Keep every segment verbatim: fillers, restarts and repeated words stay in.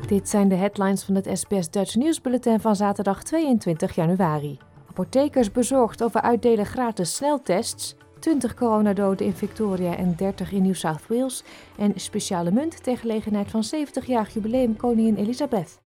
Dit zijn de headlines van het S B S Dutch nieuwsbulletin van zaterdag tweeëntwintig januari. Apothekers bezorgd over uitdelen gratis sneltests, twintig coronadoden in Victoria en dertig in New South Wales en speciale munt ter gelegenheid van zeventigjarig jubileum koningin Elizabeth.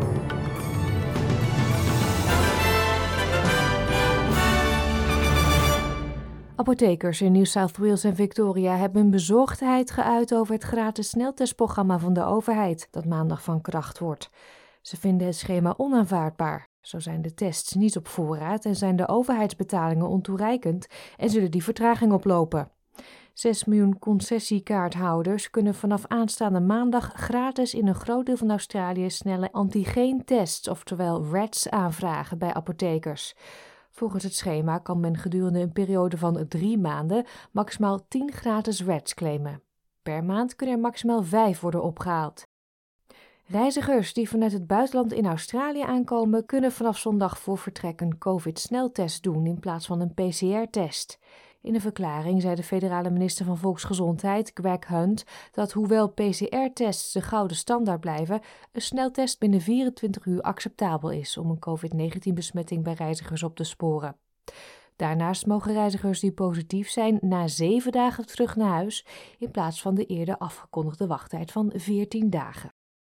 Apothekers in New South Wales en Victoria hebben hun bezorgdheid geuit over het gratis sneltestprogramma van de overheid dat maandag van kracht wordt. Ze vinden het schema onaanvaardbaar. Zo zijn de tests niet op voorraad en zijn de overheidsbetalingen ontoereikend en zullen die vertraging oplopen. zes miljoen concessiekaarthouders kunnen vanaf aanstaande maandag gratis in een groot deel van Australië snelle antigeentests, oftewel R A Ts, aanvragen bij apothekers. Volgens het schema kan men gedurende een periode van drie maanden maximaal tien gratis R A Ts claimen. Per maand kunnen er maximaal vijf worden opgehaald. Reizigers die vanuit het buitenland in Australië aankomen, kunnen vanaf zondag voor vertrek een COVID-sneltest doen in plaats van een P C R-test. In een verklaring zei de federale minister van Volksgezondheid, Greg Hunt, dat hoewel P C R-tests de gouden standaard blijven, een sneltest binnen vierentwintig uur acceptabel is om een COVID negentien besmetting bij reizigers op te sporen. Daarnaast mogen reizigers die positief zijn na zeven dagen terug naar huis, in plaats van de eerder afgekondigde wachttijd van veertien dagen.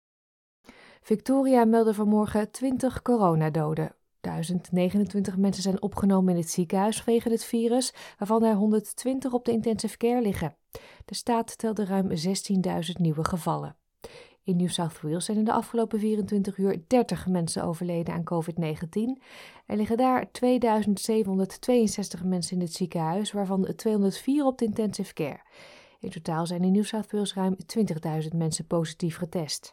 Victoria meldde vanmorgen twintig coronadoden. duizend negenentwintig mensen zijn opgenomen in het ziekenhuis vanwege het virus, waarvan er honderdtwintig op de intensive care liggen. De staat telde ruim zestienduizend nieuwe gevallen. In New South Wales zijn in de afgelopen vierentwintig uur dertig mensen overleden aan COVID negentien. Er liggen daar tweeduizend zevenhonderdtweeënzestig mensen in het ziekenhuis, waarvan tweehonderdvier op de intensive care. In totaal zijn in New South Wales ruim twintigduizend mensen positief getest.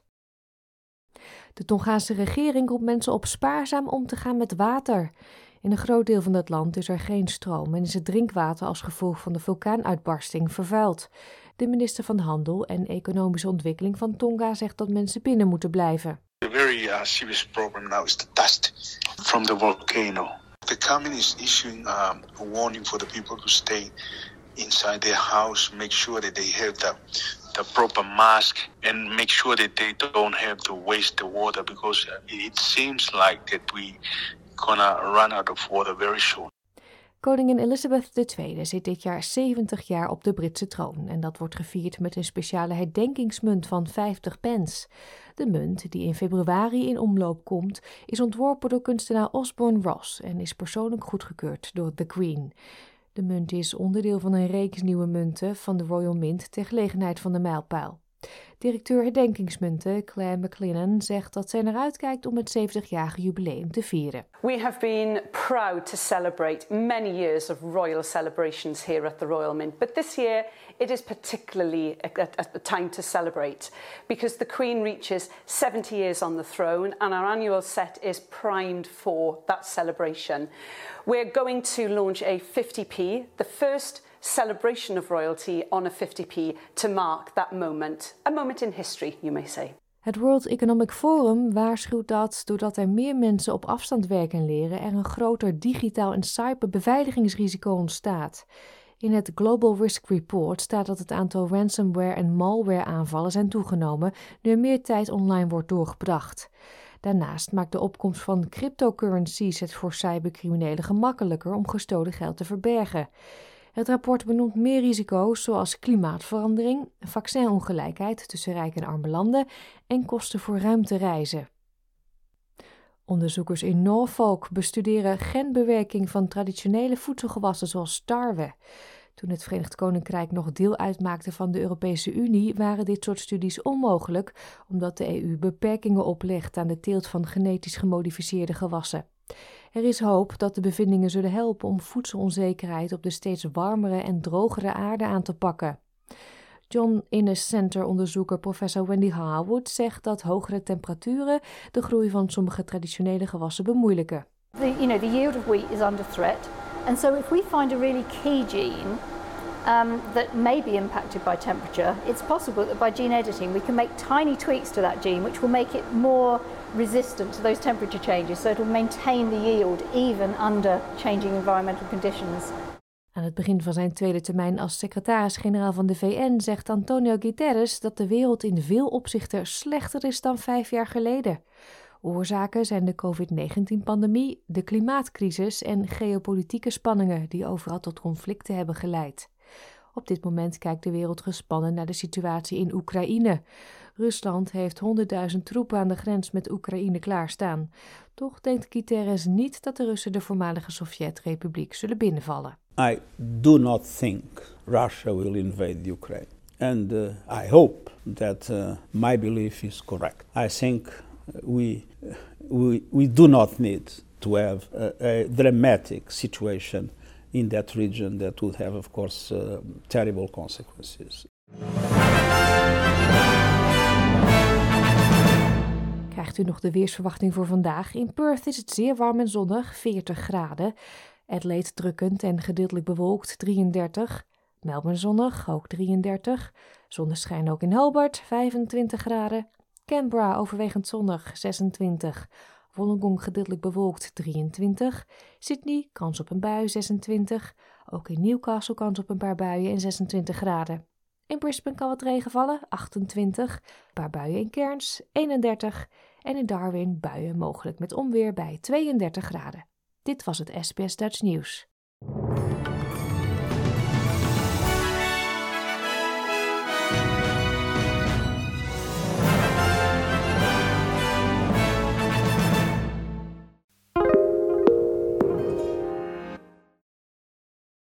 De Tongaanse regering roept mensen op spaarzaam om te gaan met water. In een groot deel van het land is er geen stroom en is het drinkwater als gevolg van de vulkaanuitbarsting vervuild. De minister van Handel en Economische Ontwikkeling van Tonga zegt dat mensen binnen moeten blijven. The very uh, serious problem now is the dust from the volcano. The government is issuing um, a warning for the people to stay inside their house, make sure that they have the the proper mask and make sure that they don't have to waste the water because it seems like that we gonna run out of water very soon. Koningin Elizabeth de Tweede zit dit jaar zeventig jaar op de Britse troon en dat wordt gevierd met een speciale herdenkingsmunt van vijftig pence. De munt, die in februari in omloop komt, is ontworpen door kunstenaar Osborne Ross en is persoonlijk goedgekeurd door The Queen. De munt is onderdeel van een reeks nieuwe munten van de Royal Mint ter gelegenheid van de mijlpaal. Directeur herdenkingsmunten Claire McLennan zegt dat zij naar uitkijkt om het zeventigjarige jubileum te vieren. We have been proud to celebrate many years of royal celebrations here at the Royal Mint, but this year it is particularly a, a, a time to celebrate because the Queen reaches seventy years on the throne and our annual set is primed for that celebration. We're going to launch a fifty p, the first celebration of royalty on a fifty p to mark that moment. A moment in history, you may say. Het World Economic Forum waarschuwt dat, doordat er meer mensen op afstand werken en leren, er een groter digitaal en cyberbeveiligingsrisico ontstaat. In het Global Risk Report staat dat het aantal ransomware- en malware-aanvallen zijn toegenomen, nu er meer tijd online wordt doorgebracht. Daarnaast maakt de opkomst van cryptocurrencies het voor cybercriminelen gemakkelijker om gestolen geld te verbergen. Het rapport benoemt meer risico's zoals klimaatverandering, vaccinongelijkheid tussen rijke en arme landen en kosten voor ruimtereizen. Onderzoekers in Norfolk bestuderen genbewerking van traditionele voedselgewassen zoals tarwe. Toen het Verenigd Koninkrijk nog deel uitmaakte van de Europese Unie, waren dit soort studies onmogelijk, omdat de E U beperkingen oplegt aan de teelt van genetisch gemodificeerde gewassen. Er is hoop dat de bevindingen zullen helpen om voedselonzekerheid op de steeds warmere en drogere aarde aan te pakken. John Innes Center-onderzoeker professor Wendy Harwood zegt dat hogere temperaturen de groei van sommige traditionele gewassen bemoeilijken. The, you know, the yield of wheat is under threat, and so if we find a really key gene um, that may be impacted by temperature, it's possible that by gene editing we can make tiny tweaks to that gene which will make it more resistant to those temperature changes, so it will maintain the yield even under changing environmental conditions. Aan het begin van zijn tweede termijn als secretaris-generaal van de V N zegt Antonio Guterres dat de wereld in veel opzichten slechter is dan vijf jaar geleden. Oorzaken zijn de covid negentien-pandemie, de klimaatcrisis en geopolitieke spanningen die overal tot conflicten hebben geleid. Op dit moment kijkt de wereld gespannen naar de situatie in Oekraïne. Rusland heeft honderdduizend troepen aan de grens met Oekraïne klaarstaan. Toch denkt Guterres niet dat de Russen de voormalige Sovjet-republiek zullen binnenvallen. I do not think Russia will invade Ukraine. And uh, I hope that uh, my belief is correct. I think we, we, we do not need to have a, a dramatic situation in that region that would have, of course, uh, terrible consequences. Krijgt u nog de weersverwachting voor vandaag? In Perth is het zeer warm en zonnig, veertig graden. Adelaide drukkend en gedeeltelijk bewolkt, drieëndertig. Melbourne zonnig, ook drieëndertig. Zonneschijn ook in Hobart, vijfentwintig graden. Canberra overwegend zonnig, zesentwintig. Wollongong gedeeltelijk bewolkt, drieëntwintig. Sydney, kans op een bui, zesentwintig. Ook in Newcastle kans op een paar buien en zesentwintig graden. In Brisbane kan wat regen vallen, achtentwintig. Een paar buien in Cairns, eenendertig. En in Darwin buien mogelijk met onweer bij tweeëndertig graden. Dit was het S B S Dutch Nieuws.